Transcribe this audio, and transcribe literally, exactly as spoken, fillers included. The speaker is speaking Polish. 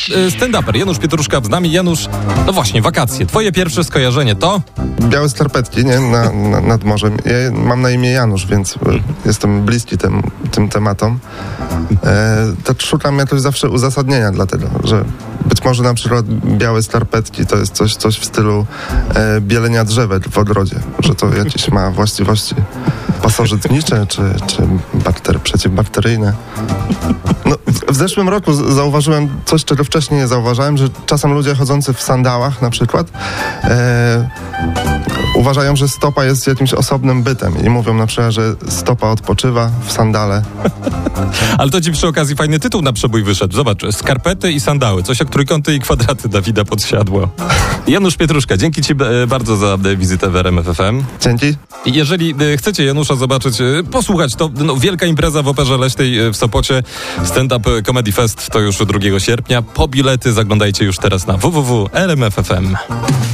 stand-uper Janusz Pietruszka z nami. Janusz, no właśnie, wakacje. Twoje pierwsze skojarzenie to? Białe skarpetki, nie? Na, na, nad morzem. Ja mam na imię Janusz, więc jestem bliski tym, tym tematom. E, tak szukam jakoś zawsze uzasadnienia dla tego, że być może na przykład białe skarpetki to jest coś, coś w stylu e, bielenia drzewek w ogrodzie, że to jakieś ma właściwości pasożytnicze czy, czy bakter, przeciwbakteryjne. No, w, w zeszłym roku z, zauważyłem coś, czego wcześniej nie zauważałem, że czasem ludzie chodzący w sandałach na przykład e, uważają, że stopa jest jakimś osobnym bytem i mówią na przykład, że stopa odpoczywa w sandale. Ale to ci przy okazji fajny tytuł na przebój wyszedł. Zobacz, skarpety i sandały. Coś jak trójkąty i kwadraty Dawida Podsiadło. Janusz Pietruszka, dzięki ci bardzo za wizytę w R M F F M. Dzięki. I jeżeli chcecie Janusza zobaczyć, posłuchać, to no, wielka impreza w Operze Leśnej w Sopocie. Stand-up Comedy Fest to już drugiego sierpnia. Po bilety zaglądajcie już teraz na w w w kropka r m f f m.